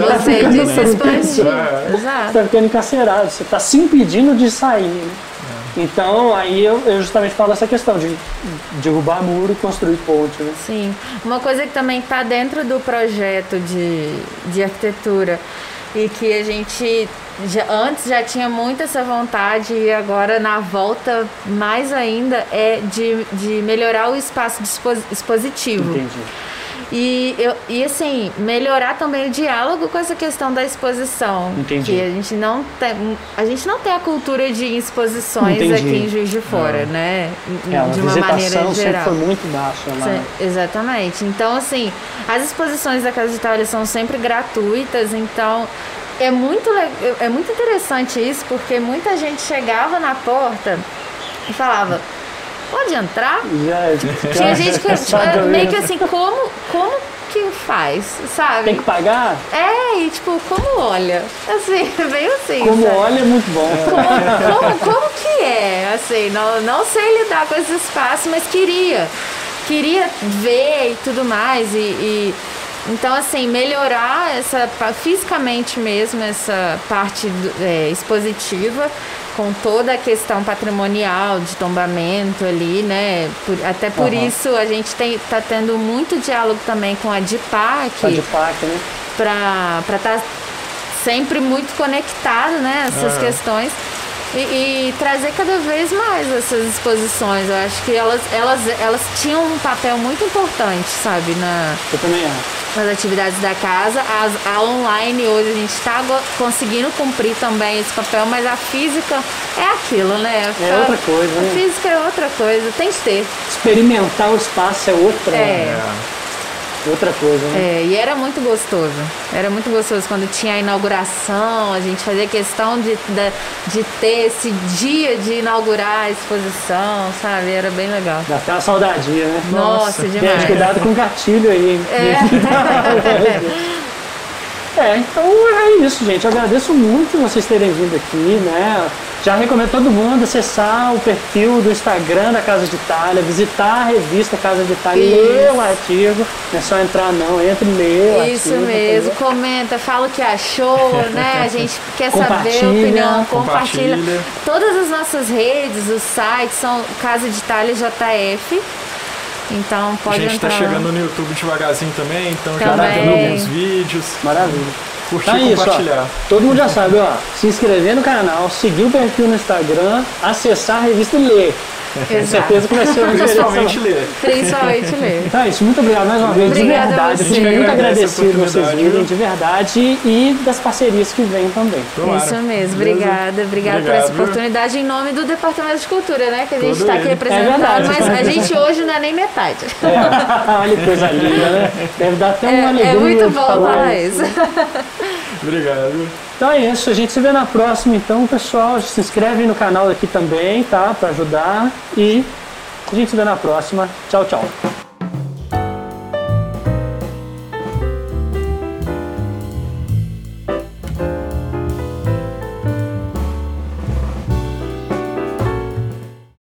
se expandir. Você está ficando encarcerado, você está se impedindo de sair. Né? Então, aí eu justamente falo essa questão de derrubar muro e construir ponte. Né? Sim. Uma coisa que também está dentro do projeto de arquitetura e que a gente antes já tinha muito essa vontade e agora na volta mais ainda é de melhorar o espaço expositivo. Entendi. E assim, melhorar também o diálogo com essa questão da exposição. Entendi. Que a gente não tem a cultura de exposições aqui em Juiz de Fora, né? De uma maneira geral. Sempre foi muito baixa lá. Exatamente. Então, assim, as exposições da Casa de Itália são sempre gratuitas, então é muito interessante isso, porque muita gente chegava na porta e falava: pode entrar? Tinha gente que meio que assim, como que faz, sabe? Tem que pagar? E tipo, como olha? Assim, veio assim. Como sabe? olha é muito bom. Como que é? Assim, não sei lidar com esse espaço, mas queria ver e tudo mais. Então, assim, melhorar fisicamente mesmo essa parte expositiva, com toda a questão patrimonial de tombamento ali, né? Até por isso a gente tá tendo muito diálogo também com a DIPAC. A DIPAC, né? Para estar sempre muito conectado, né? Essas questões. E trazer cada vez mais essas exposições. Eu acho que elas tinham um papel muito importante, sabe? Eu também acho. Nas atividades da casa. A online hoje a gente está conseguindo cumprir também esse papel, mas a física é aquilo, né? É outra coisa, né? A física é outra coisa, tem que ter. Experimentar o espaço é outra coisa, né? E era muito gostoso. Era muito gostoso quando tinha a inauguração, a gente fazia questão de ter esse dia de inaugurar a exposição, sabe? Era bem legal. Dá até uma saudadinha, né? Nossa, demais. Gente, cuidado com o gatilho aí. Então é isso, gente. Eu agradeço muito vocês terem vindo aqui, né? Já recomendo todo mundo acessar o perfil do Instagram da Casa de Itália, visitar a revista Casa de Itália, ler o artigo. Não é só entrar não, entra e lê o artigo. Isso mesmo, comenta, fala o que achou, né? A gente quer saber a opinião, compartilha. Todas as nossas redes, os sites são Casa de Itália JF. Então pode entrar. A gente está chegando no YouTube devagarzinho também, então já tá vendo alguns vídeos. Maravilha. Curtir e compartilhar. Todo mundo já sabe, se inscrever no canal, seguir o perfil no Instagram, acessar a revista e ler. Com certeza que vai ser uma Principalmente ler. Principalmente ler. Então é isso, muito obrigado mais uma vez, Obrigada de verdade. A gente é muito agradecido vocês virem, de verdade, e das parcerias que vêm também. Tomara. Isso mesmo, obrigada por essa oportunidade em nome do Departamento de Cultura, né? Que a gente está aqui representando, mas a gente hoje não é nem metade. Olha que coisa linda, né? Deve dar até uma alegria. É muito bom falar isso. Obrigado. Então é isso, a gente se vê na próxima então, pessoal. Se inscreve no canal aqui também, tá? Pra ajudar. E a gente se vê na próxima. Tchau, tchau.